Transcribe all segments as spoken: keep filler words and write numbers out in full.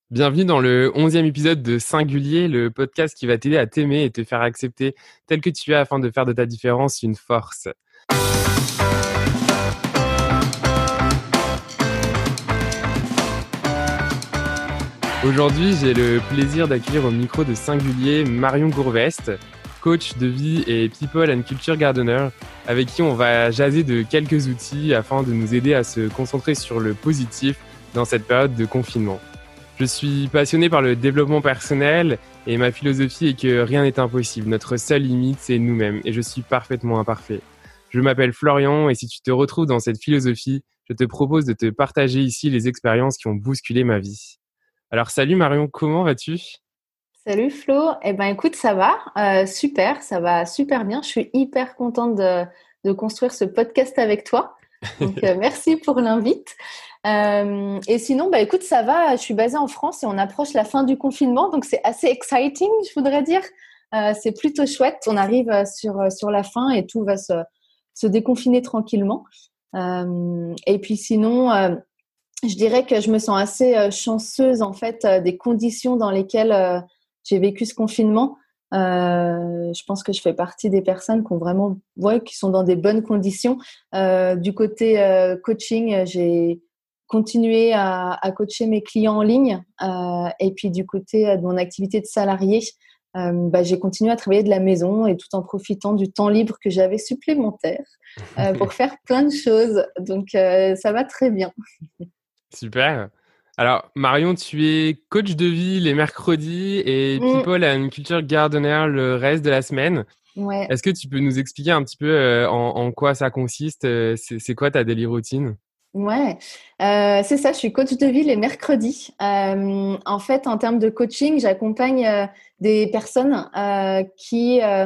Bienvenue dans le onzième épisode de Singulier, le podcast qui va t'aider à t'aimer et te faire accepter tel que tu es afin de faire de ta différence une force. Aujourd'hui, j'ai le plaisir d'accueillir au micro de Singulier Marion Gourvest, coach de vie et People and Culture Gardener, avec qui on va jaser de quelques outils afin de nous aider à se concentrer sur le positif dans cette période de confinement. Je suis passionné par le développement personnel et ma philosophie est que rien n'est impossible. Notre seule limite, c'est nous-mêmes et je suis parfaitement imparfait. Je m'appelle Florian et si tu te retrouves dans cette philosophie, je te propose de te partager ici les expériences qui ont bousculé ma vie. Alors salut Marion, comment vas-tu ? Salut Flo, eh ben écoute, ça va, euh, super, ça va super bien. Je suis hyper contente de, de construire ce podcast avec toi. Donc euh, merci pour l'invite. Euh, et sinon, bah écoute, ça va. Je suis basée en France et on approche la fin du confinement, donc c'est assez exciting, je voudrais dire. Euh, c'est plutôt chouette. On arrive sur sur la fin et tout va se se déconfiner tranquillement. Euh, et puis sinon. Euh, Je dirais que je me sens assez euh, chanceuse en fait euh, des conditions dans lesquelles euh, j'ai vécu ce confinement. Euh, je pense que je fais partie des personnes qui ont vraiment, ouais, qui sont dans des bonnes conditions. Euh, du côté euh, coaching, j'ai continué à, à coacher mes clients en ligne. Euh, et puis du côté euh, de mon activité de salarié, euh, bah, j'ai continué à travailler de la maison et tout en profitant du temps libre que j'avais supplémentaire euh, pour faire plein de choses. Donc euh, ça va très bien. Super. Alors Marion, tu es coach de vie les mercredis et Mmh, People and Culture Gardener le reste de la semaine. ouais. Est-ce que tu peux nous expliquer un petit peu euh, en, en quoi ça consiste euh, c'est, c'est quoi ta daily routine ? Ouais, euh, c'est ça, je suis coach de vie les mercredis. Euh, en fait, en termes de coaching, j'accompagne euh, des personnes euh, qui euh,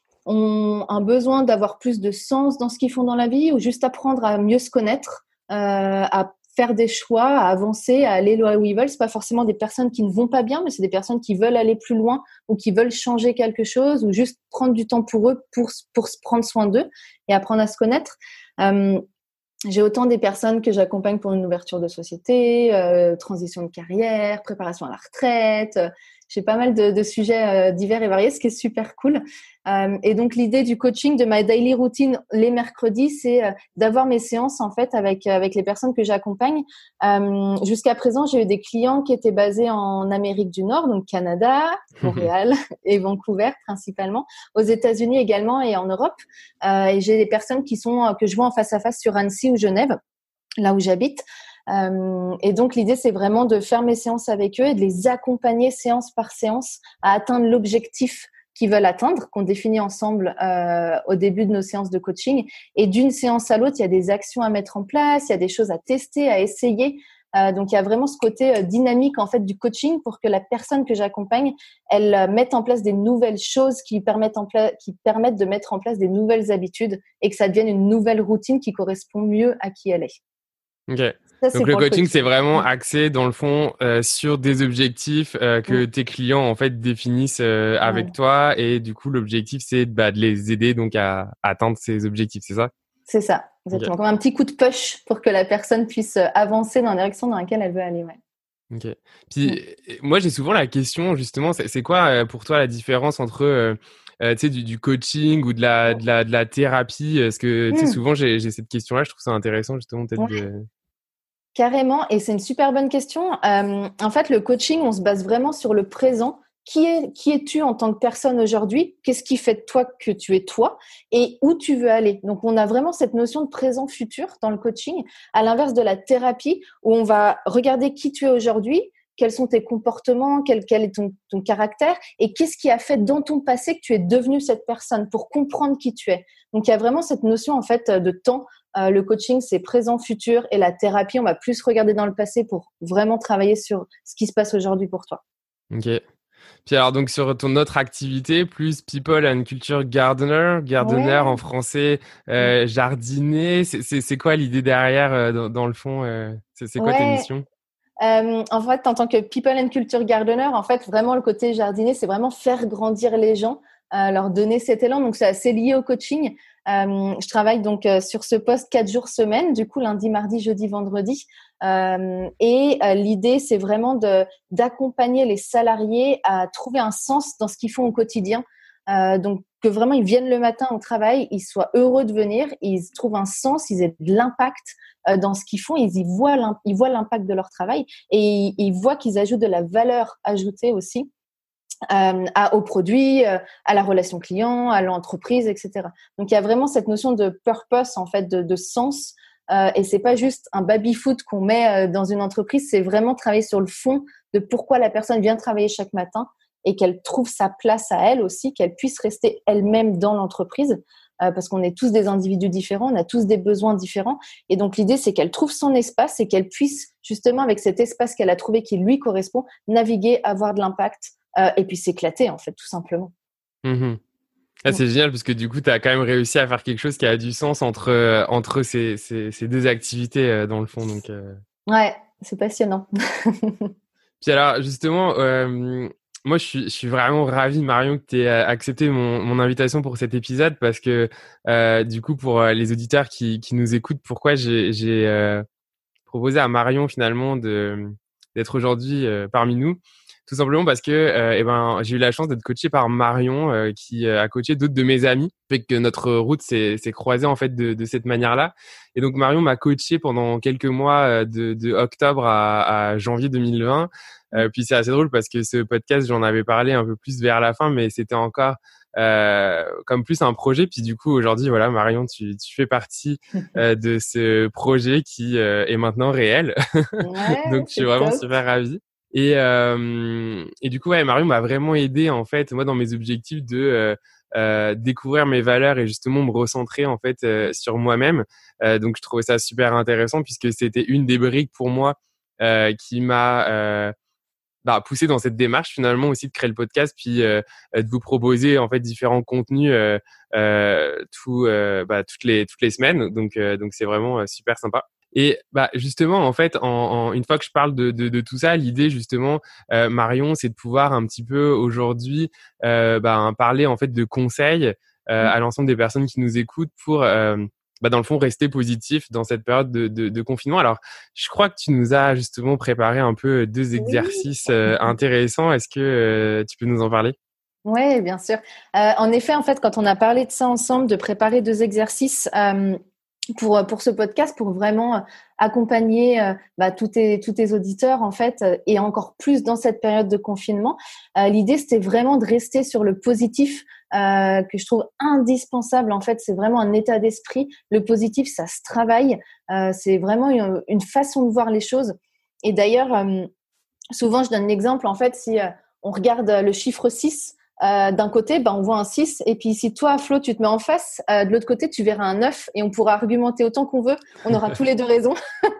ont un besoin d'avoir plus de sens dans ce qu'ils font dans la vie ou juste apprendre à mieux se connaître, euh, à faire des choix, à avancer, à aller là où ils veulent. C'est pas forcément des personnes qui ne vont pas bien, mais c'est des personnes qui veulent aller plus loin ou qui veulent changer quelque chose ou juste prendre du temps pour eux, pour, pour se prendre soin d'eux et apprendre à se connaître. Euh, J'ai autant des personnes que j'accompagne pour une ouverture de société, euh, transition de carrière, préparation à la retraite. Euh, J'ai pas mal de, de sujets euh, divers et variés, ce qui est super cool. Euh, et donc l'idée du coaching, de ma daily routine les mercredis, c'est euh, d'avoir mes séances en fait avec avec les personnes que j'accompagne. Euh, jusqu'à présent, j'ai eu des clients qui étaient basés en Amérique du Nord, donc Canada, Montréal et Vancouver principalement, aux États-Unis également et en Europe. Euh, et j'ai des personnes qui sont que je vois en face à face sur Annecy ou Genève, là où j'habite. Euh, et donc l'idée, c'est vraiment de faire mes séances avec eux et de les accompagner séance par séance à atteindre l'objectif qu'ils veulent atteindre, qu'on définit ensemble euh, au début de nos séances de coaching. Et d'une séance à l'autre, il y a des actions à mettre en place, il y a des choses à tester, à essayer. Euh, donc il y a vraiment ce côté euh, dynamique en fait du coaching pour que la personne que j'accompagne, elle euh, mette en place des nouvelles choses qui permettent, en pla- qui permettent de mettre en place des nouvelles habitudes et que ça devienne une nouvelle routine qui correspond mieux à qui elle est. Ok. Ça, c'est Donc le pour le coaching, c'est coaching. vraiment Mm. axé dans le fond euh, sur des objectifs euh, que Mm. tes clients en fait définissent euh, avec Ouais, toi et du coup l'objectif c'est bah, de les aider donc à, à atteindre ces objectifs, c'est ça ? c'est ça, Ok. exactement. Comme un petit coup de push pour que la personne puisse euh, avancer dans la direction dans laquelle elle veut aller. Ouais. Ok. Mm. Puis euh, moi j'ai souvent la question justement, c'est, c'est quoi euh, pour toi la différence entre euh, euh, tu sais du, du coaching ou de la de la de la thérapie ? Parce que tu sais Mm. souvent j'ai j'ai cette question-là, je trouve ça intéressant justement peut-être Ouais. de. Carrément, et c'est une super bonne question. Euh, en fait, le coaching, on se base vraiment sur le présent. Qui est, qui es-tu en tant que personne aujourd'hui ? Qu'est-ce qui fait de toi que tu es toi ? Et où tu veux aller ? Donc, on a vraiment cette notion de présent-futur dans le coaching, à l'inverse de la thérapie, où on va regarder qui tu es aujourd'hui, quels sont tes comportements, quel, quel est ton, ton caractère, et qu'est-ce qui a fait dans ton passé que tu es devenu cette personne, pour comprendre qui tu es. Donc, il y a vraiment cette notion en fait de temps. Euh, le coaching, c'est présent, futur, et la thérapie, on va plus regarder dans le passé pour vraiment travailler sur ce qui se passe aujourd'hui pour toi. Ok. Puis alors donc sur ton autre activité, plus People and Culture Gardener, gardener en Ouais. français, Mm. euh, jardinier, c'est, c'est, c'est quoi l'idée derrière euh, dans, dans le fond euh, c'est, c'est quoi tes Ouais. missions ? Euh, en fait, en tant que People and Culture Gardener, en fait, vraiment le côté jardinier, c'est vraiment faire grandir les gens, euh, leur donner cet élan. Donc, c'est assez lié au coaching. Euh, je travaille donc euh, sur ce poste quatre jours semaine, du coup lundi, mardi, jeudi, vendredi. Euh, et euh, l'idée, c'est vraiment de d'accompagner les salariés à trouver un sens dans ce qu'ils font au quotidien. Euh, donc que vraiment ils viennent le matin au travail, ils soient heureux de venir, ils trouvent un sens, ils aient de l'impact euh, dans ce qu'ils font, ils y voient l'imp- ils voient l'impact de leur travail et ils, ils voient qu'ils ajoutent de la valeur ajoutée aussi euh, à, aux produits, euh, à la relation client, à l'entreprise, et cetera. Donc il y a vraiment cette notion de purpose en fait, de, de sens. Euh, et c'est pas juste un baby-foot qu'on met euh, dans une entreprise, c'est vraiment travailler sur le fond de pourquoi la personne vient travailler chaque matin et qu'elle trouve sa place à elle aussi, qu'elle puisse rester elle-même dans l'entreprise, euh, parce qu'on est tous des individus différents, on a tous des besoins différents. Et donc l'idée, c'est qu'elle trouve son espace et qu'elle puisse justement, avec cet espace qu'elle a trouvé qui lui correspond, naviguer, avoir de l'impact euh, et puis s'éclater en fait, tout simplement. Mmh. Ah, c'est génial parce que du coup, tu as quand même réussi à faire quelque chose qui a du sens entre, euh, entre ces, ces, ces deux activités euh, dans le fond. Donc, euh... Ouais, c'est passionnant. Puis alors, justement, euh, moi, je suis, je suis vraiment ravi, Marion, que tu aies accepté mon, mon invitation pour cet épisode parce que, euh, du coup, pour euh, les auditeurs qui, qui nous écoutent, pourquoi j'ai, j'ai euh, proposé à Marion, finalement, de, d'être aujourd'hui euh, parmi nous. Tout simplement parce que euh, eh ben, j'ai eu la chance d'être coaché par Marion euh, qui euh, a coaché d'autres de mes amis. Fait que notre route s'est, s'est croisée en fait de, de cette manière-là. Et donc Marion m'a coaché pendant quelques mois euh, de, de octobre à, à janvier deux mille vingt. Euh, puis c'est assez drôle parce que ce podcast, j'en avais parlé un peu plus vers la fin, mais c'était encore euh, comme plus un projet. Puis du coup aujourd'hui, voilà, Marion, tu, tu fais partie euh, de ce projet qui euh, est maintenant réel. Ouais, Donc je suis c'est vraiment top. super ravi. Et, euh, et du coup, ouais, Marion m'a vraiment aidé, en fait, moi, dans mes objectifs de euh, euh, découvrir mes valeurs et justement me recentrer, en fait, euh, sur moi-même. Euh, donc, je trouvais ça super intéressant puisque c'était une des briques pour moi euh, qui m'a euh, bah, poussé dans cette démarche, finalement, aussi de créer le podcast puis euh, de vous proposer, en fait, différents contenus euh, euh, tout, euh, bah, toutes les toutes les semaines. Donc, euh, donc c'est vraiment euh, super sympa. Et bah justement, en fait, en, en, une fois que je parle de, de, de tout ça, l'idée justement, euh, Marion, c'est de pouvoir un petit peu aujourd'hui euh, bah, parler en fait de conseils euh, à l'ensemble des personnes qui nous écoutent pour, euh, bah, dans le fond, rester positif dans cette période de, de, de confinement. Alors, je crois que tu nous as justement préparé un peu deux Oui. exercices euh, intéressants. Est-ce que euh, tu peux nous en parler? Ouais, bien sûr. Euh, en effet, en fait, quand on a parlé de ça ensemble, de préparer deux exercices euh, pour pour ce podcast, pour vraiment accompagner euh, bah, tous tes tous tes auditeurs en fait, euh, et encore plus dans cette période de confinement, euh, l'idée c'était vraiment de rester sur le positif euh, que je trouve indispensable. En fait, c'est vraiment un état d'esprit. Le positif, ça se travaille. Euh, c'est vraiment une, une façon de voir les choses. Et d'ailleurs, euh, souvent, je donne l'exemple en fait si euh, on regarde le chiffre six. Euh, d'un côté, ben, on voit un six. Et puis, si toi, Flo, tu te mets en face, euh, de l'autre côté, tu verras un neuf et on pourra argumenter autant qu'on veut. On aura tous les deux raison.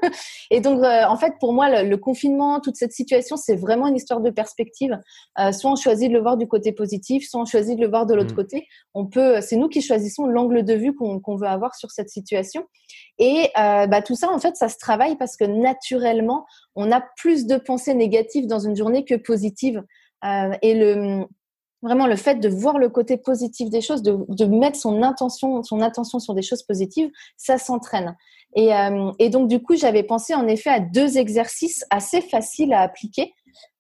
Et donc, euh, en fait, pour moi, le, le confinement, toute cette situation, c'est vraiment une histoire de perspective. Euh, soit on choisit de le voir du côté positif, soit on choisit de le voir de l'autre Mmh. côté. On peut, c'est nous qui choisissons l'angle de vue qu'on, qu'on veut avoir sur cette situation. Et euh, bah, tout ça, en fait, ça se travaille parce que naturellement, on a plus de pensées négatives dans une journée que positives. Euh, et le Vraiment, le fait de voir le côté positif des choses, de, de mettre son intention, son attention sur des choses positives, ça s'entraîne. Et, euh, et donc, du coup, j'avais pensé en effet à deux exercices assez faciles à appliquer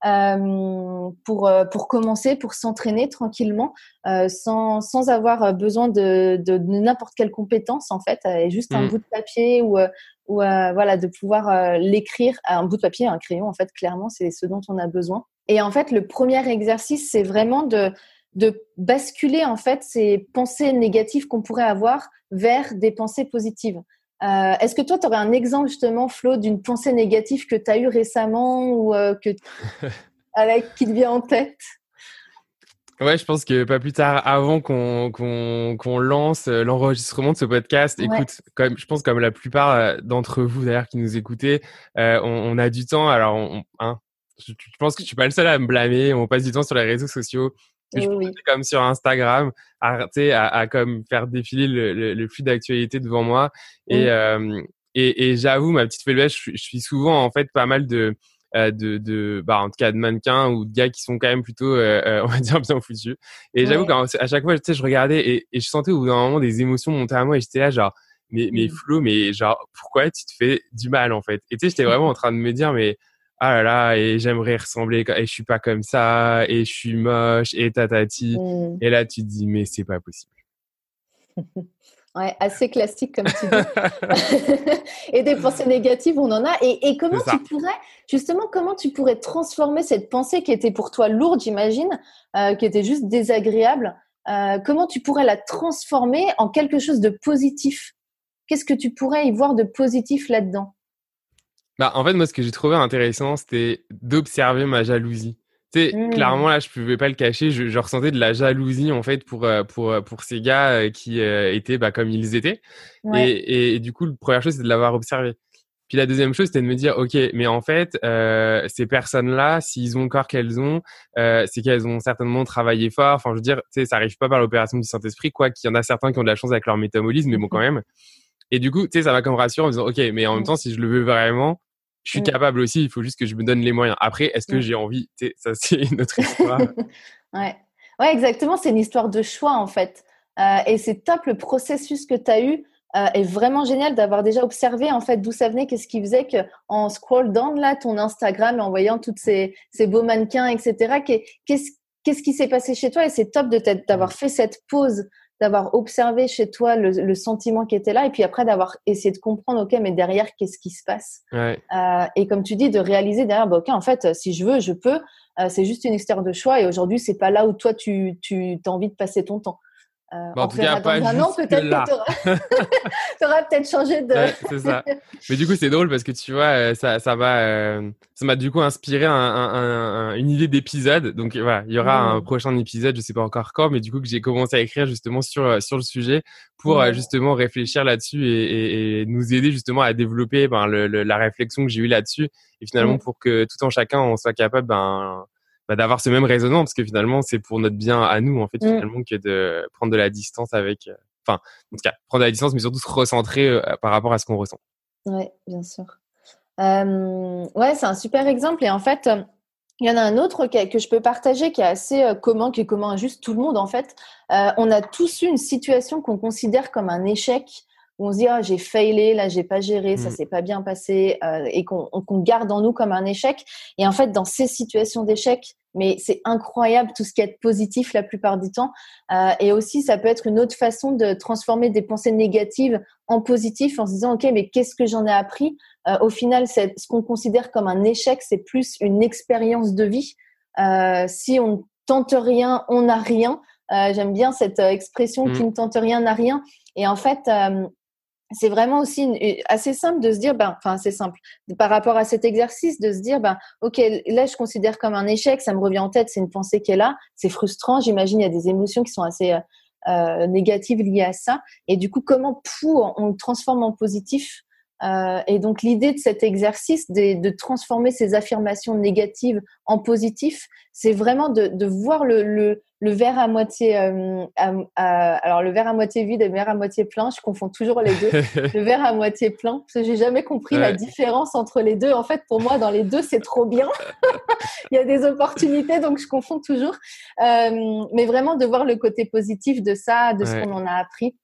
euh, pour, pour commencer, pour s'entraîner tranquillement, euh, sans, sans avoir besoin de, de, de n'importe quelle compétence, en fait, et juste un Mmh. bout de papier ou, ou euh, voilà, de pouvoir euh, l'écrire, un bout de papier, un crayon, en fait, clairement, c'est ce dont on a besoin. Et en fait, le premier exercice, c'est vraiment de, de basculer en fait ces pensées négatives qu'on pourrait avoir vers des pensées positives. Euh, est-ce que toi, tu aurais un exemple justement, Flo, d'une pensée négative que tu as eue récemment ou euh, que, avec, qui te vient en tête? Ouais, je pense que pas plus tard, avant qu'on qu'on qu'on lance euh, l'enregistrement de ce podcast, Ouais. écoute, comme je pense comme la plupart euh, d'entre vous d'ailleurs qui nous écoutez, euh, on, on a du temps. Alors, on, hein, je, je pense que je suis pas le seul à me blâmer. On passe du temps sur les réseaux sociaux. Et je Oui, pense que oui. c'est comme sur Instagram, à, tu sais, à, à comme faire défiler le, le, le flux d'actualité devant moi. Et Mm. euh, et, et j'avoue, ma petite faiblesse, je, je suis souvent en fait pas mal de euh, de, de, bah, en tout cas, de mannequins ou de gars qui sont quand même plutôt, euh, euh, on va dire, bien foutus. Et j'avoue Ouais. qu'à chaque fois, tu sais, je regardais et, et je sentais au bout d'un moment des émotions monter à moi et j'étais là, genre, mais, mais Mm. Flo, mais genre, pourquoi tu te fais du mal, en fait? Et tu sais, j'étais vraiment en train de me dire, mais, ah là là, et j'aimerais ressembler, et je suis pas comme ça, et je suis moche, et tatati. Mm. Et là, tu te dis, mais c'est pas possible. Ouais, assez classique, comme tu dis. Et des pensées négatives, on en a. Et, et comment tu pourrais, justement, comment tu pourrais transformer cette pensée qui était pour toi lourde, j'imagine, euh, qui était juste désagréable, euh, comment tu pourrais la transformer en quelque chose de positif? Qu'est-ce que tu pourrais y voir de positif là-dedans? Bah, en fait, moi, ce que j'ai trouvé intéressant, c'était d'observer ma jalousie. Tu sais, Mmh. clairement, là, je pouvais pas le cacher, je, je ressentais de la jalousie, en fait, pour, euh, pour, euh, pour ces gars euh, qui euh, étaient bah, comme ils étaient. Et, Ouais. et, et du coup, la première chose, c'est de l'avoir observé. Puis la deuxième chose, c'était de me dire, OK, mais en fait, euh, ces personnes-là, s'ils ont le corps qu'elles ont, euh, c'est qu'elles ont certainement travaillé fort. Enfin, je veux dire, tu sais, ça arrive pas par l'opération du Saint-Esprit, quoi qu'il y en a certains qui ont de la chance avec leur métabolisme, mais bon, quand même. Et du coup, tu sais, ça va comme rassurer en me disant, OK, mais en même Mmh. temps, si je le veux vraiment, je suis Mmh. capable aussi, il faut juste que je me donne les moyens. Après, est-ce que Mmh. j'ai envie? Tu sais, ça, c'est une autre histoire. Ouais. Ouais, exactement. C'est une histoire de choix, en fait. Euh, et c'est top, le processus que tu as eu euh, est vraiment génial d'avoir déjà observé, en fait, d'où ça venait, qu'est-ce qui faisait que en scroll down, là, ton Instagram, en voyant toutes ces, ces beaux mannequins, et cetera, qu'est-ce, qu'est-ce qui s'est passé chez toi? Et c'est top de d'avoir fait cette pause, d'avoir observé chez toi le, le sentiment qui était là, et puis après d'avoir essayé de comprendre, OK, mais derrière, qu'est-ce qui se passe? Ouais. Euh, et comme tu dis, de réaliser derrière, bah, OK, en fait, si je veux, je peux. Euh, c'est juste une histoire de choix. Et aujourd'hui, c'est pas là où toi, tu, tu as envie de passer ton temps. Euh, Bah, en on te tout cas, verra pas dans un an, jusque peut-être que là. tu auras, auras peut-être changé de… Ouais, c'est ça. Mais du coup, c'est drôle parce que tu vois, euh, ça, ça m'a, euh, ça m'a du coup inspiré un, un, un- une idée d'épisode. Donc voilà, il y aura un Mmh. prochain épisode, je sais pas encore quand, mais du coup que j'ai commencé à écrire justement sur euh, sur le sujet pour euh, Ouais. justement réfléchir là-dessus et, et, et nous aider justement à développer ben, le, le- la réflexion que j'ai eue là-dessus et finalement Mmh. pour que tout en chacun on soit capable ben, ben d'avoir ce même raisonnement parce que finalement c'est pour notre bien à nous en fait Mmh. finalement que de prendre de la distance avec. euh, Enfin, en tout cas, prendre de la distance, mais surtout se recentrer euh, par rapport à ce qu'on ressent. Ouais, bien sûr. Euh, ouais, c'est un super exemple. Et en fait, euh, il y en a un autre que, que je peux partager qui est assez euh, commun, qui est commun à juste tout le monde en fait. Euh, on a tous eu une situation qu'on considère comme un échec, où on se dit ah, j'ai failé, là j'ai pas géré, ça Mm. s'est pas bien passé, euh, et qu'on, qu'on garde en nous comme un échec. Et en fait, dans ces situations d'échec, mais c'est incroyable tout ce qui est positif la plupart du temps. Euh, et aussi, ça peut être une autre façon de transformer des pensées négatives en positif, en se disant ok, mais qu'est-ce que j'en ai appris? Euh, au final, c'est, ce qu'on considère comme un échec, c'est plus une expérience de vie. Euh, si on ne tente rien, on n'a rien. Euh, j'aime bien cette euh, expression Mm. qui ne tente rien n'a rien. Et en fait, euh, c'est vraiment aussi une, une, assez simple de se dire, ben, enfin, c'est simple par rapport à cet exercice de se dire, ben, ok, là, je considère comme un échec, ça me revient en tête, c'est une pensée qui est là, c'est frustrant, j'imagine, il y a des émotions qui sont assez euh, négatives liées à ça. Et du coup, comment pour on le transforme en positif? Euh, et donc, l'idée de cet exercice, de, de transformer ces affirmations négatives en positif, c'est vraiment de, de voir le, le, le verre à moitié, euh, à, à, alors le verre à moitié vide et le verre à moitié plein. Je confonds toujours les deux. Le verre à moitié plein, parce que j'ai jamais compris la Ouais. différence entre les deux. En fait, pour moi, dans les deux, c'est trop bien. Il y a des opportunités, donc je confonds toujours. Euh, mais vraiment de voir le côté positif de ça, de ce Ouais. qu'on en a appris.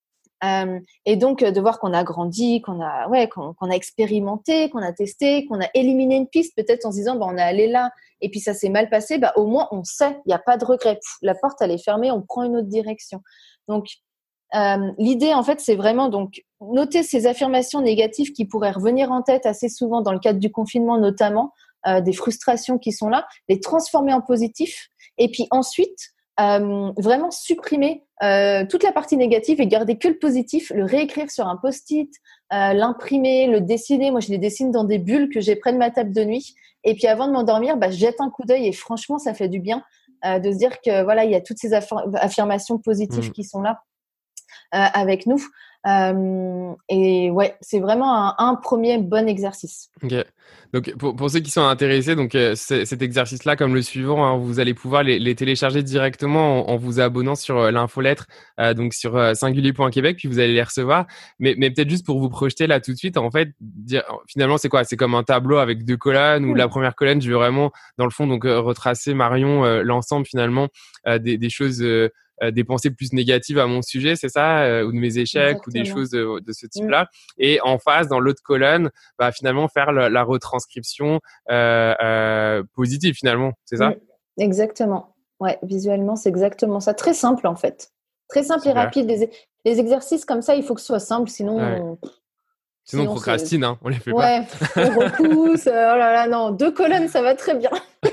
Euh, et donc de voir qu'on a grandi, qu'on a, ouais, qu'on, qu'on a expérimenté, qu'on a testé, qu'on a éliminé une piste, peut-être en se disant bah, on est allé là et puis ça s'est mal passé, bah, au moins on sait, il n'y a pas de regret. Pff, la porte elle est fermée, on prend une autre direction. Donc euh, l'idée en fait c'est vraiment donc noter ces affirmations négatives qui pourraient revenir en tête assez souvent dans le cadre du confinement notamment, euh, des frustrations qui sont là, les transformer en positif et puis ensuite Euh, vraiment supprimer euh, toute la partie négative et garder que le positif, le réécrire sur un post-it, euh, l'imprimer, le dessiner. Moi, je les dessine dans des bulles que j'ai près de ma table de nuit. Et puis, avant de m'endormir, bah, je jette un coup d'œil et franchement, ça fait du bien euh, de se dire que voilà, il y a toutes ces aff- affirmations positives Mm. qui sont là euh, avec nous. Euh, et ouais, c'est vraiment un, un premier bon exercice. Ok. Donc pour, pour ceux qui sont intéressés, donc euh, c- cet exercice-là, comme le suivant, hein, vous allez pouvoir les, les télécharger directement en, en vous abonnant sur euh, l'infolettre, euh, donc sur euh, singulier point québec, puis vous allez les recevoir. Mais, mais peut-être juste pour vous projeter là tout de suite, en fait, dire, finalement c'est quoi? C'est comme un tableau avec deux colonnes où la première colonne, je vais vraiment dans le fond donc euh, retracer Marion euh, l'ensemble finalement euh, des, des choses. Euh, euh, des pensées plus négatives à mon sujet, c'est ça, euh, ou de mes échecs, ou des Exactement. choses de, de ce Mm. type-là. Et en face, dans l'autre colonne, bah finalement faire la, la retranscription euh, euh, positive finalement, c'est ça? Mm. Exactement. Ouais, visuellement, c'est exactement ça. Très simple en fait. Très simple et Super. rapide. Les, les exercices comme ça, il faut que ce soit simple, Ouais. sinon, on- Sinon on sinon c'est, procrastine, hein, on les fait pas. ouais, on repousse. euh, oh là là, non, deux colonnes, ça va très bien.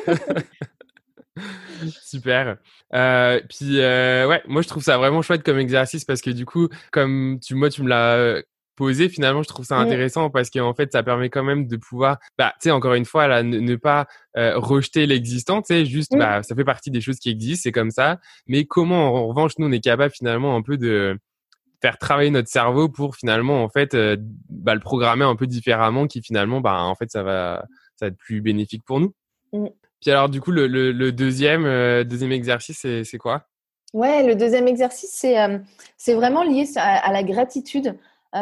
Super. Euh, puis euh, ouais, moi je trouve ça vraiment chouette comme exercice parce que du coup, comme tu moi tu me l'as euh, posé, finalement je trouve ça Mm. intéressant parce qu'en fait ça permet quand même de pouvoir, bah tu sais encore une fois là, ne, ne pas euh, rejeter l'existant, tu sais juste Mm. bah ça fait partie des choses qui existent, c'est comme ça. Mais comment en revanche nous on est capable finalement un peu de faire travailler notre cerveau pour finalement en fait euh, bah, le programmer un peu différemment, qui finalement bah en fait ça va ça va être plus bénéfique pour nous. Mm. Puis alors, du coup, le, le, le deuxième, euh, deuxième exercice, c'est, c'est quoi? Ouais, le deuxième exercice, c'est euh, c'est vraiment lié à, à la gratitude.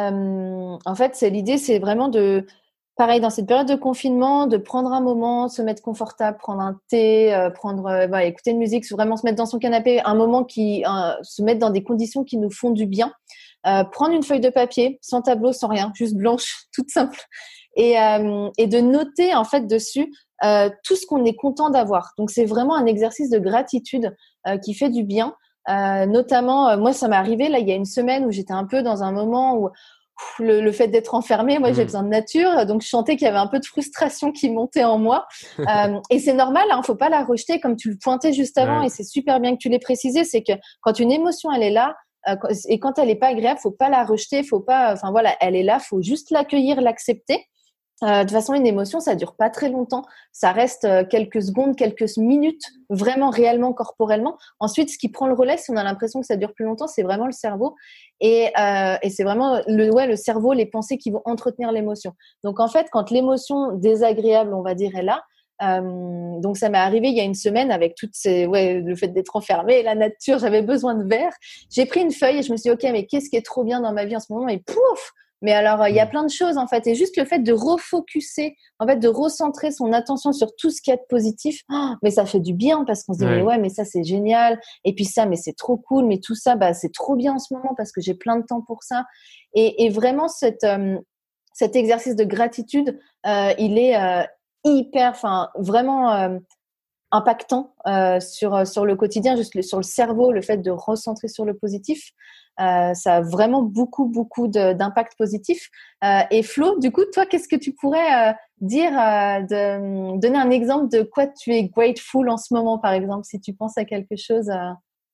Euh, en fait, c'est l'idée, c'est vraiment de, pareil, dans cette période de confinement, de prendre un moment, se mettre confortable, prendre un thé, euh, prendre, euh, voilà, écouter une musique, vraiment se mettre dans son canapé, un moment qui, euh, se mettre dans des conditions qui nous font du bien. Euh, prendre une feuille de papier, sans tableau, sans rien, juste blanche, toute simple, et, euh, et de noter en fait dessus euh, tout ce qu'on est content d'avoir. Donc c'est vraiment un exercice de gratitude euh, qui fait du bien. Euh, notamment, euh, moi ça m'est arrivé là il y a une semaine où j'étais un peu dans un moment où pff, le, le fait d'être enfermée, moi j'ai Mmh. besoin de nature, donc je sentais qu'il y avait un peu de frustration qui montait en moi. Euh, et c'est normal, hein, faut pas la rejeter comme tu le pointais juste avant, Ouais. et c'est super bien que tu l'aies précisé, c'est que quand une émotion elle est là, euh, et quand elle est pas agréable, faut pas la rejeter, faut pas, enfin voilà, elle est là, faut juste l'accueillir, l'accepter. Euh, de toute façon, une émotion, ça dure pas très longtemps. Ça reste euh, quelques secondes, quelques minutes, vraiment, réellement, corporellement. Ensuite, ce qui prend le relais, si on a l'impression que ça dure plus longtemps, c'est vraiment le cerveau. Et, euh, et c'est vraiment le, ouais, le cerveau, les pensées qui vont entretenir l'émotion. Donc, en fait, quand l'émotion désagréable, on va dire, est là, euh, donc ça m'est arrivé il y a une semaine avec toutes ces, ouais, le fait d'être enfermée, la nature, j'avais besoin de verre. J'ai pris une feuille et je me suis dit, ok, mais qu'est-ce qui est trop bien dans ma vie en ce moment? Et pouf! Mais alors, il y a plein de choses, en fait. Et juste le fait de refocuser, en fait, de recentrer son attention sur tout ce qu'il y a de positif, oh, mais ça fait du bien parce qu'on se dit, Ouais. mais ouais, mais ça, c'est génial. Et puis ça, mais c'est trop cool. Mais tout ça, bah, c'est trop bien en ce moment parce que j'ai plein de temps pour ça. Et, et vraiment, cette, euh, cet exercice de gratitude, euh, il est euh, hyper, enfin, vraiment euh, impactant euh, sur, sur le quotidien, juste le, sur le cerveau, le fait de recentrer sur le positif. Euh, ça a vraiment beaucoup, beaucoup de, d'impact positif. Euh, et Flo, du coup, toi, qu'est-ce que tu pourrais euh, dire, euh, de, donner un exemple de quoi tu es grateful en ce moment, par exemple, si tu penses à quelque chose euh,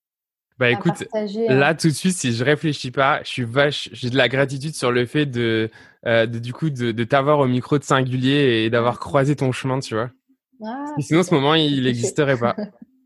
Bah à écoute, partager. Euh. là tout de suite, si je réfléchis pas, je suis vache, j'ai de la gratitude sur le fait de, euh, de du coup, de, de t'avoir au micro de Singulier et Ah, d'avoir croisé ton chemin, tu vois. ah, Et sinon, ce super. moment, Je suis il touchée. n'existerait pas.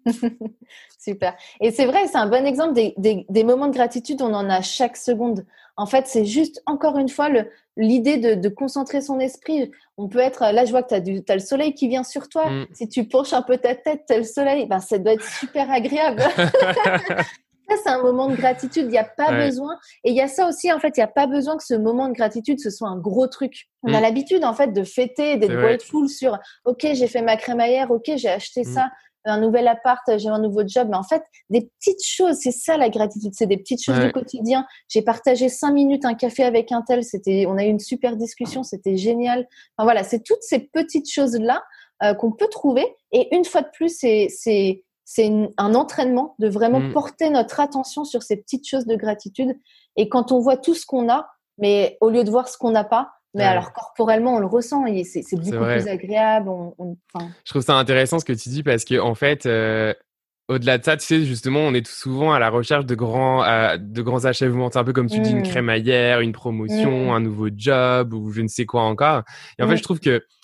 Super. Et c'est vrai, c'est un bon exemple des, des, des moments de gratitude, on en a chaque seconde. En fait, c'est juste, encore une fois, le, l'idée de, de concentrer son esprit. On peut être, là, je vois que tu as du, t'as le soleil qui vient sur toi. Mm. Si tu penches un peu ta tête, tu as le soleil. Ben, ça doit être super agréable. Ça, c'est un moment de gratitude. Il n'y a pas Ouais. besoin. Et il y a ça aussi, en fait, il n'y a pas besoin que ce moment de gratitude, ce soit un gros truc. On a Mm. l'habitude, en fait, de fêter, d'être C'est vrai. grateful sur, OK, j'ai fait ma crémaillère, OK, j'ai acheté Mm. ça, un nouvel appart, j'ai un nouveau job. Mais en fait, des petites choses, c'est ça la gratitude, c'est des petites choses Ouais. du quotidien. J'ai partagé cinq minutes un café avec un tel, c'était, on a eu une super discussion, c'était génial. Enfin voilà, c'est toutes ces petites choses-là euh, qu'on peut trouver. Et une fois de plus, c'est, c'est, c'est une, un entraînement de vraiment Mm. porter notre attention sur ces petites choses de gratitude. Et quand on voit tout ce qu'on a, mais au lieu de voir ce qu'on n'a pas, mais Ouais. alors corporellement, on le ressent et c'est, c'est beaucoup C'est vrai. plus agréable. On, on, enfin, Je trouve ça intéressant ce que tu dis parce que en fait, euh, au-delà de ça, tu sais, justement, on est tout souvent à la recherche de grands, euh, de grands achèvements. C'est un peu comme tu dis, une mm, crémaillère, une promotion, mm, un nouveau job ou je ne sais quoi encore. Et en fait, mm, je trouve que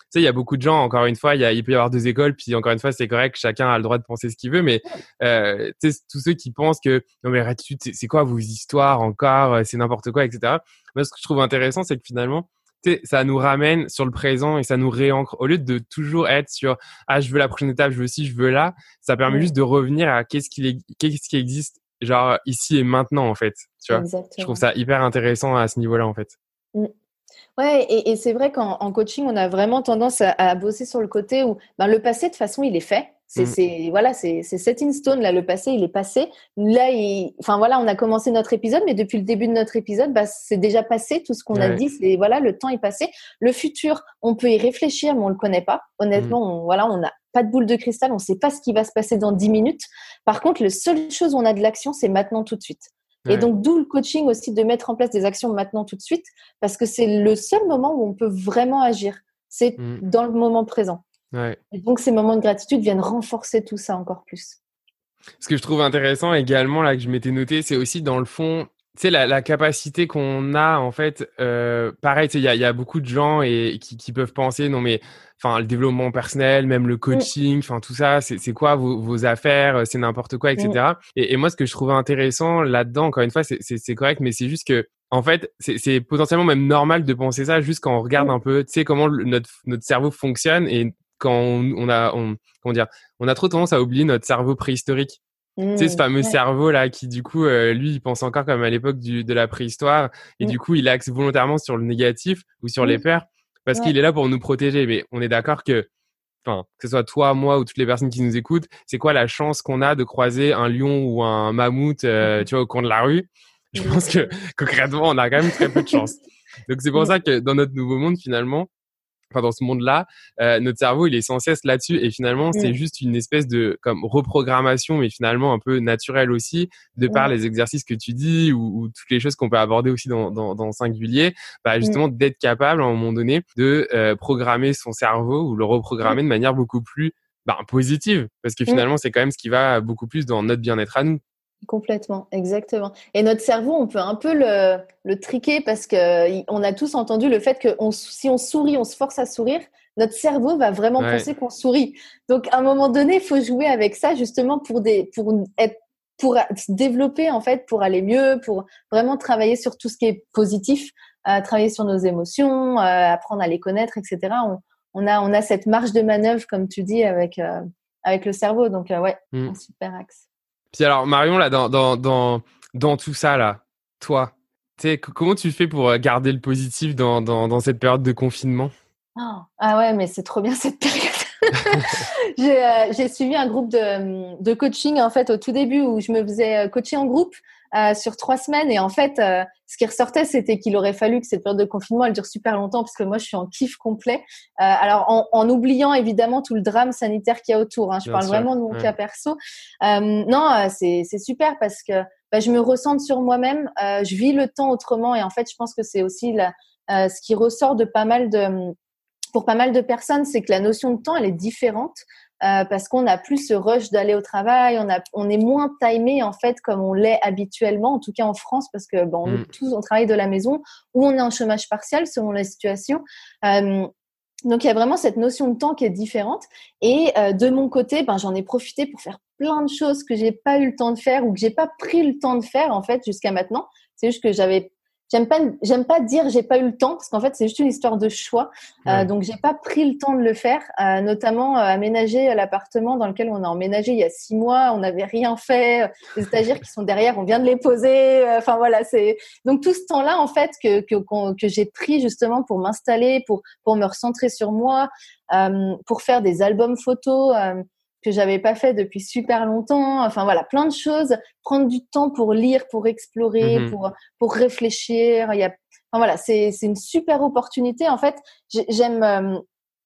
sais, il y a beaucoup de gens, encore une fois, il, y a, il peut y avoir deux écoles, puis encore une fois, c'est correct, chacun a le droit de penser ce qu'il veut, mais euh, tu sais, tous ceux qui pensent que non mais gratitude, c'est, c'est quoi vos histoires encore, c'est n'importe quoi, et cetera. Moi, ce que je trouve intéressant, c'est que finalement, tu sais, ça nous ramène sur le présent et ça nous réancre. Au lieu de toujours être sur ah je veux la prochaine étape, je veux ci, je veux là, ça permet Ouais. juste de revenir à qu'est-ce qui est, qu'est-ce qui existe genre ici et maintenant en fait. Tu vois, Exactement. je trouve ça hyper intéressant à ce niveau-là en fait. Mm. Ouais, et, et c'est vrai qu'en en coaching, on a vraiment tendance à, à bosser sur le côté où ben, le passé, de toute façon, il est fait. C'est, Mm. c'est, voilà, c'est, c'est set in stone. Là, le passé, il est passé. Là, il, enfin, voilà, on a commencé notre épisode, mais depuis le début de notre épisode, bah, c'est déjà passé. Tout ce qu'on Ouais. a dit, c'est, voilà, le temps est passé. Le futur, on peut y réfléchir, mais on le connaît pas. Honnêtement, Mm. on, voilà, on n'a pas de boule de cristal. On sait pas ce qui va se passer dans dix minutes. Par contre, la seule chose où on a de l'action, c'est maintenant, tout de suite. Et Ouais. donc, d'où le coaching aussi de mettre en place des actions maintenant, tout de suite, parce que c'est le seul moment où on peut vraiment agir. C'est Mm. dans le moment présent. Ouais. Et donc, ces moments de gratitude viennent renforcer tout ça encore plus. Ce que je trouve intéressant également, là, que je m'étais noté, c'est aussi dans le fond, tu sais, la, la capacité qu'on a, en fait, euh, pareil, tu sais, il y a, il y a beaucoup de gens et, qui, qui peuvent penser, non, mais, enfin, le développement personnel, même le coaching, enfin, tout ça, c'est, c'est quoi vos, vos affaires, c'est n'importe quoi, et cetera. Mm. Et, et moi, ce que je trouvais intéressant là-dedans, encore une fois, c'est, c'est, c'est correct, mais c'est juste que, en fait, c'est, c'est potentiellement même normal de penser ça, juste quand on regarde un peu, tu sais, comment le, notre, notre cerveau fonctionne et quand on, on a, on, comment dire, on a trop tendance à oublier notre cerveau préhistorique. Mmh, tu sais, ce fameux ouais. cerveau là qui du coup, euh, lui, il pense encore comme à l'époque du, de la préhistoire et mmh. du coup, il axe volontairement sur le négatif ou sur mmh. les peurs parce ouais. qu'il est là pour nous protéger. Mais on est d'accord que, enfin, que ce soit toi, moi ou toutes les personnes qui nous écoutent, c'est quoi la chance qu'on a de croiser un lion ou un mammouth, euh, mmh. tu vois, au coin de la rue? Je mmh. pense que concrètement, on a quand même très peu de chance. Donc c'est pour mmh. ça que dans notre nouveau monde, finalement, enfin dans ce monde-là, euh, notre cerveau il est sans cesse là-dessus et finalement mmh. c'est juste une espèce de comme reprogrammation mais finalement un peu naturelle aussi de par mmh. les exercices que tu dis ou, ou toutes les choses qu'on peut aborder aussi dans dans, dans Singulier, bah justement mmh. d'être capable à un moment donné de euh, programmer son cerveau ou le reprogrammer mmh. de manière beaucoup plus bah, positive parce que finalement mmh. c'est quand même ce qui va beaucoup plus dans notre bien-être à nous. Complètement, exactement. Et notre cerveau, on peut un peu le, le triquer parce que on a tous entendu le fait que on, si on sourit, on se force à sourire, notre cerveau va vraiment ouais. penser qu'on sourit. Donc, à un moment donné, il faut jouer avec ça justement pour des, pour être, pour se développer en fait, pour aller mieux, pour vraiment travailler sur tout ce qui est positif, euh, travailler sur nos émotions, euh, apprendre à les connaître, et cetera. On, on a, on a cette marge de manœuvre, comme tu dis, avec euh, avec le cerveau. Donc, euh, ouais, mm. un super axe. Puis alors Marion là dans dans dans dans tout ça là, toi, tu sais comment tu fais pour garder le positif dans dans dans cette période de confinement? Oh, ah ouais, mais c'est trop bien cette période. j'ai euh, j'ai suivi un groupe de de coaching en fait au tout début où je me faisais coacher en groupe euh, sur trois semaines et en fait euh, ce qui ressortait c'était qu'il aurait fallu que cette période de confinement elle dure super longtemps parce que moi je suis en kiff complet. Euh, alors en, en oubliant évidemment tout le drame sanitaire qu'il y a autour. Hein, je bien parle sûr. Vraiment de mon ouais. cas perso. Euh, non, euh, c'est c'est super parce que bah, je me ressente sur moi-même. Euh, je vis le temps autrement et en fait je pense que c'est aussi la, euh, ce qui ressort de pas mal de pour pas mal de personnes, c'est que la notion de temps, elle est différente euh, parce qu'on n'a plus ce rush d'aller au travail, on, a, on est moins timé en fait comme on l'est habituellement, en tout cas en France, parce que bon, on, mm. est tous, on travaille de la maison ou on est en chômage partiel selon la situation. Euh, donc, il y a vraiment cette notion de temps qui est différente. Et euh, de mon côté, ben, j'en ai profité pour faire plein de choses que j'ai pas eu le temps de faire ou que j'ai pas pris le temps de faire en fait jusqu'à maintenant. C'est juste que j'avais J'aime pas, j'aime pas dire j'ai pas eu le temps parce qu'en fait c'est juste une histoire de choix. Ouais. Euh, donc j'ai pas pris le temps de le faire, euh, notamment euh, aménager l'appartement dans lequel on a emménagé il y a six mois. On n'avait rien fait. Les étagères qui sont derrière, on vient de les poser. Enfin euh, voilà, c'est donc tout ce temps-là en fait que que que j'ai pris justement pour m'installer, pour pour me recentrer sur moi, euh, pour faire des albums photos. Euh, que j'avais pas fait depuis super longtemps. Enfin voilà, plein de choses. Prendre du temps pour lire, pour explorer, mmh. pour pour réfléchir. Il y a, enfin voilà, c'est c'est une super opportunité. En fait, j'aime euh,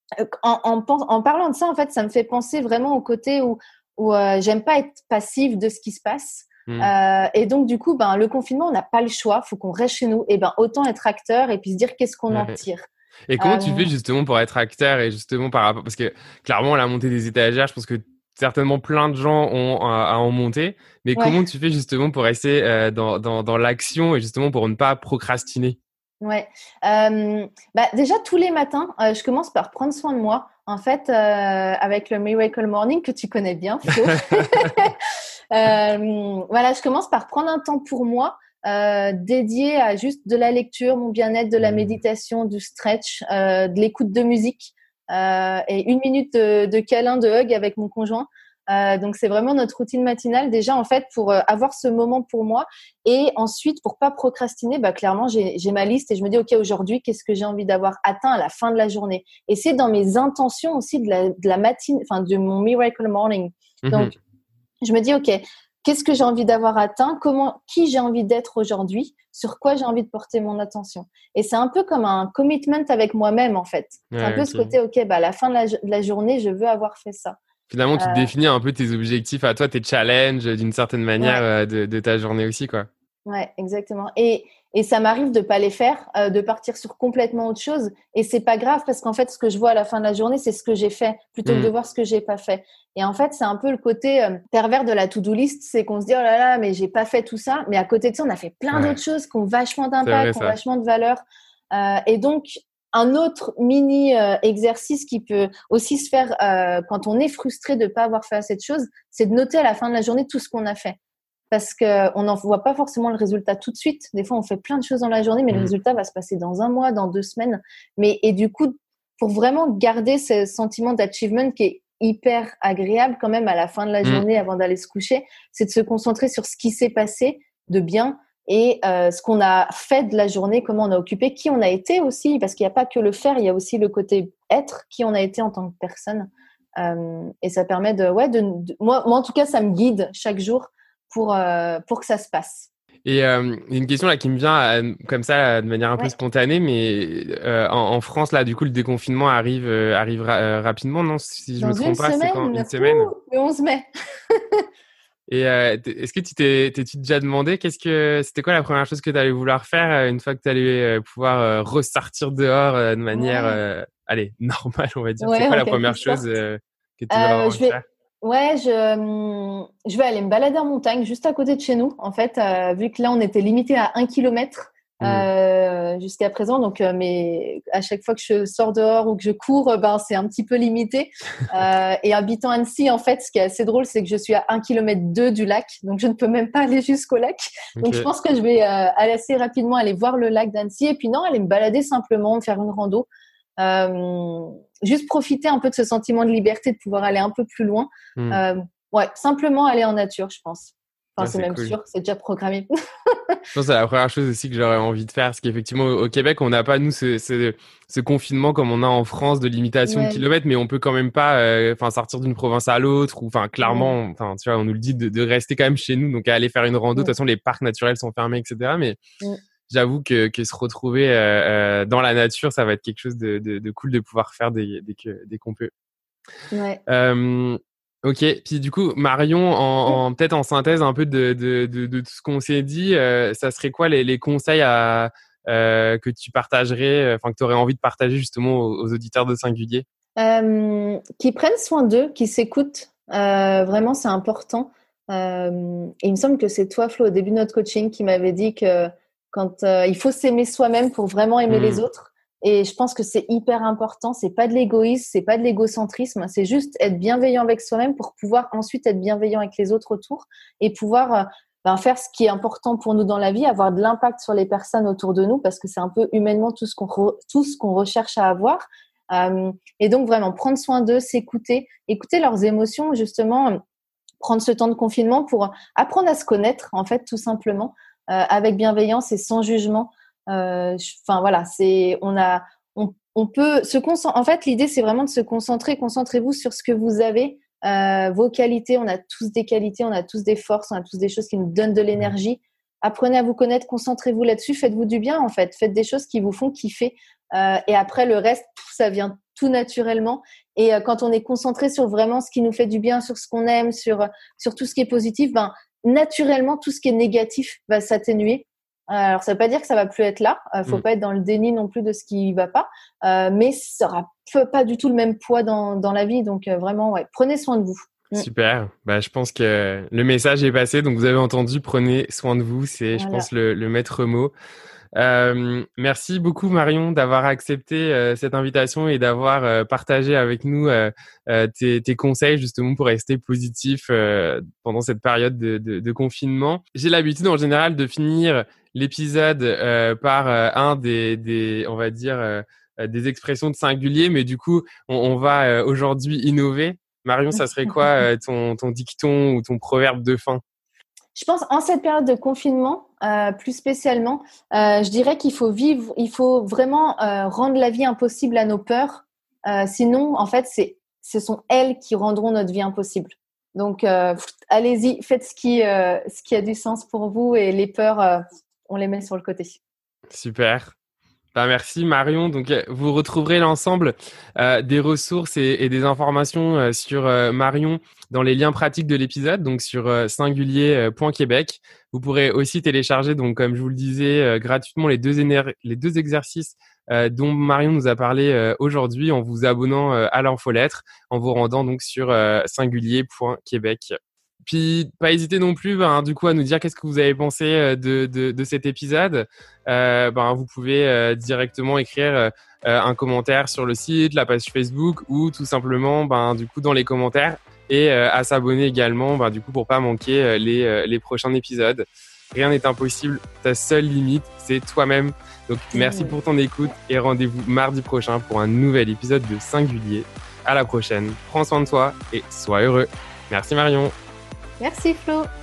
en, en en parlant de ça, en fait, ça me fait penser vraiment au côté où où euh, j'aime pas être passive de ce qui se passe. Mmh. Euh, et donc du coup, ben le confinement, on n'a pas le choix. Faut qu'on reste chez nous. Et ben autant être acteur et puis se dire qu'est-ce qu'on ouais. en tire. Et comment euh, tu fais justement pour être acteur et justement par rapport parce que clairement la montée des étagères, je pense que certainement plein de gens ont à, à en monter, mais ouais. comment tu fais justement pour rester euh, dans dans dans l'action et justement pour ne pas procrastiner? Ouais. Euh, bah, déjà, tous les matins, euh, je commence par prendre soin de moi. En fait, euh, avec le Miracle Morning que tu connais bien, Flo. euh, voilà, je commence par prendre un temps pour moi, euh, dédié à juste de la lecture, mon bien-être, de la méditation, du stretch, euh, de l'écoute de musique euh, et une minute de, de câlin, de hug avec mon conjoint. Euh, donc, c'est vraiment notre routine matinale déjà, en fait, pour euh, avoir ce moment pour moi. Et ensuite, pour pas procrastiner, bah, clairement, j'ai, j'ai ma liste et je me dis, OK, aujourd'hui, qu'est-ce que j'ai envie d'avoir atteint à la fin de la journée? Et c'est dans mes intentions aussi de la, de la matinée, enfin, de mon Miracle Morning. Donc, je me dis, OK, qu'est-ce que j'ai envie d'avoir atteint? Comment, qui j'ai envie d'être aujourd'hui? Sur quoi j'ai envie de porter mon attention? Et c'est un peu comme un commitment avec moi-même, en fait. Ouais, c'est un peu okay. ce côté, OK, bah, à la fin de la, de la journée, je veux avoir fait ça. Finalement, tu Euh, définis un peu tes objectifs à toi, tes challenges d'une certaine manière ouais. euh, de, de ta journée aussi, quoi. Ouais, exactement. Et, et ça m'arrive de pas les faire, euh, de partir sur complètement autre chose. Et c'est pas grave parce qu'en fait, ce que je vois à la fin de la journée, c'est ce que j'ai fait plutôt que de Mm. voir ce que j'ai pas fait. Et en fait, c'est un peu le côté euh, pervers de la to-do list, c'est qu'on se dit oh là là, mais j'ai pas fait tout ça. Mais à côté de ça, on a fait plein Ouais, d'autres choses qui ont vachement c'est vrai d'impact, qui ont ça. vachement de valeur. Euh, et donc, un autre mini euh, exercice qui peut aussi se faire euh, quand on est frustré de pas avoir fait assez de choses, c'est de noter à la fin de la journée tout ce qu'on a fait. Parce qu'on n'en voit pas forcément le résultat tout de suite. Des fois, on fait plein de choses dans la journée, mais mmh. le résultat va se passer dans un mois, dans deux semaines. Mais, et du coup, pour vraiment garder ce sentiment d'achievement qui est hyper agréable quand même à la fin de la mmh. journée avant d'aller se coucher, c'est de se concentrer sur ce qui s'est passé de bien et euh, ce qu'on a fait de la journée, comment on a occupé, qui on a été aussi, parce qu'il n'y a pas que le faire, il y a aussi le côté être, qui on a été en tant que personne. Euh, et ça permet de, ouais, de, de moi, moi, en tout cas, ça me guide chaque jour pour, euh, pour que ça se passe. Et euh, il y a une question là qui me vient euh, comme ça de manière un ouais. peu spontanée, mais euh, en, en France là, du coup, le déconfinement arrive euh, arrive ra- euh, rapidement, non? Si je Dans me trompe une pas, c'est quand? Une semaine. Ouh, le onze mai. Et euh, est-ce que tu t'es, t'es-tu déjà demandé qu'est-ce que c'était quoi la première chose que tu allais vouloir faire euh, une fois que tu allais euh, pouvoir euh, ressortir dehors euh, de manière, ouais. euh, allez, normale, on va dire. Ouais, C'est quoi la quelque première sorte. chose euh, que tu vas Euh, avoir je envie de vais, faire? ouais, je, je vais aller me balader en montagne, juste à côté de chez nous. En fait, euh, vu que là, on était limité à un kilomètre euh, mmh. jusqu'à présent, donc, euh, mais à chaque fois que je sors dehors ou que je cours, ben c'est un petit peu limité. euh, et habitant Annecy, en fait, ce qui est assez drôle, c'est que je suis à un kilomètre deux du lac, donc je ne peux même pas aller jusqu'au lac. Okay. Donc, je pense que je vais euh, assez rapidement aller voir le lac d'Annecy et puis non, aller me balader simplement, me faire une rando. Euh, juste profiter un peu de ce sentiment de liberté, de pouvoir aller un peu plus loin. Mmh. Euh, ouais, simplement aller en nature, je pense. Enfin, ah, c'est, c'est même cool. Sûr, c'est déjà programmé. Je pense que c'est la première chose aussi que j'aurais envie de faire, parce qu'effectivement, au Québec, on n'a pas, nous, ce, ce, ce confinement comme on a en France de limitation ouais. de kilomètres, mais on peut quand même pas enfin euh, sortir d'une province à l'autre, ou enfin clairement, enfin ouais. tu vois, on nous le dit de, de rester quand même chez nous, donc à aller faire une rando. De ouais. toute façon, les parcs naturels sont fermés, et cetera. Mais ouais. j'avoue que, que se retrouver euh, euh, dans la nature, ça va être quelque chose de, de, de cool de pouvoir faire dès, dès, que, dès qu'on peut. Ouais. Euh, ok, puis du coup, Marion, en, en, peut-être en synthèse un peu de, de, de, de tout ce qu'on s'est dit, euh, ça serait quoi les, les conseils à, euh, que tu partagerais, enfin que tu aurais envie de partager justement aux, aux auditeurs de Singulier? euh, Qui prennent soin d'eux, qui s'écoutent, euh, vraiment c'est important. Euh, et il me semble que c'est toi, Flo, au début de notre coaching, qui m'avait dit que quand euh, il faut s'aimer soi-même pour vraiment aimer mmh. les autres. Et je pense que c'est hyper important. C'est pas de l'égoïsme, c'est pas de l'égocentrisme. C'est juste être bienveillant avec soi-même pour pouvoir ensuite être bienveillant avec les autres autour et pouvoir euh, ben, faire ce qui est important pour nous dans la vie, avoir de l'impact sur les personnes autour de nous parce que c'est un peu humainement tout ce qu'on re- tout ce qu'on recherche à avoir. Euh, et donc vraiment prendre soin d'eux, s'écouter, écouter leurs émotions justement, prendre ce temps de confinement pour apprendre à se connaître en fait tout simplement euh, avec bienveillance et sans jugement. Enfin euh, voilà, c'est on a on, on peut se concentrer. En fait, l'idée c'est vraiment de se concentrer. Concentrez-vous sur ce que vous avez, euh, vos qualités. On a tous des qualités, on a tous des forces, on a tous des choses qui nous donnent de l'énergie. Apprenez à vous connaître, concentrez-vous là-dessus. Faites-vous du bien en fait. Faites des choses qui vous font kiffer. Euh, et après le reste, ça vient tout naturellement. Et euh, quand on est concentré sur vraiment ce qui nous fait du bien, sur ce qu'on aime, sur sur tout ce qui est positif, ben naturellement tout ce qui est négatif va s'atténuer. Alors, ça veut pas dire que ça va plus être là. Euh, faut mmh. pas être dans le déni non plus de ce qui va pas. Euh, mais ça aura pas du tout le même poids dans, dans la vie. Donc, euh, vraiment, ouais, prenez soin de vous. Mmh. Super. Bah, je pense que le message est passé. Donc, vous avez entendu, prenez soin de vous. C'est, voilà. je pense, le, le maître mot. Euh, merci beaucoup Marion d'avoir accepté euh, cette invitation et d'avoir euh, partagé avec nous euh, euh, tes, tes conseils justement pour rester positif euh, pendant cette période de, de, de confinement. J'ai l'habitude en général de finir l'épisode euh, par euh, un des, des, on va dire, euh, des expressions de singulier, mais du coup, on, on va euh, aujourd'hui innover. Marion, ça serait quoi euh, ton, ton dicton ou ton proverbe de fin? Je pense en cette période de confinement, euh, plus spécialement, euh, je dirais qu'il faut vivre, il faut vraiment euh, rendre la vie impossible à nos peurs. Euh, sinon, en fait, c'est, ce sont elles qui rendront notre vie impossible. Donc, euh, allez-y, faites ce qui, euh, ce qui a du sens pour vous et les peurs, euh, on les met sur le côté. Super. Ben merci Marion. Donc vous retrouverez l'ensemble euh, des ressources et, et des informations euh, sur euh, Marion dans les liens pratiques de l'épisode, donc sur euh, singulier point québec. Vous pourrez aussi télécharger, donc comme je vous le disais, euh, gratuitement les deux éner- les deux exercices euh, dont Marion nous a parlé euh, aujourd'hui en vous abonnant euh, à l'infolettre, en vous rendant donc sur euh, singulier point québec. Puis, pas hésiter non plus, ben, du coup, à nous dire qu'est-ce que vous avez pensé euh, de, de, de cet épisode. Euh, ben, vous pouvez euh, directement écrire euh, un commentaire sur le site, la page Facebook ou tout simplement, ben, du coup, dans les commentaires et euh, à s'abonner également, ben, du coup, pour pas manquer euh, les, euh, les prochains épisodes. Rien n'est impossible. Ta seule limite, c'est toi-même. Donc, merci pour ton écoute et rendez-vous mardi prochain pour un nouvel épisode de Singulier. À la prochaine. Prends soin de toi et sois heureux. Merci Marion. Merci Flo.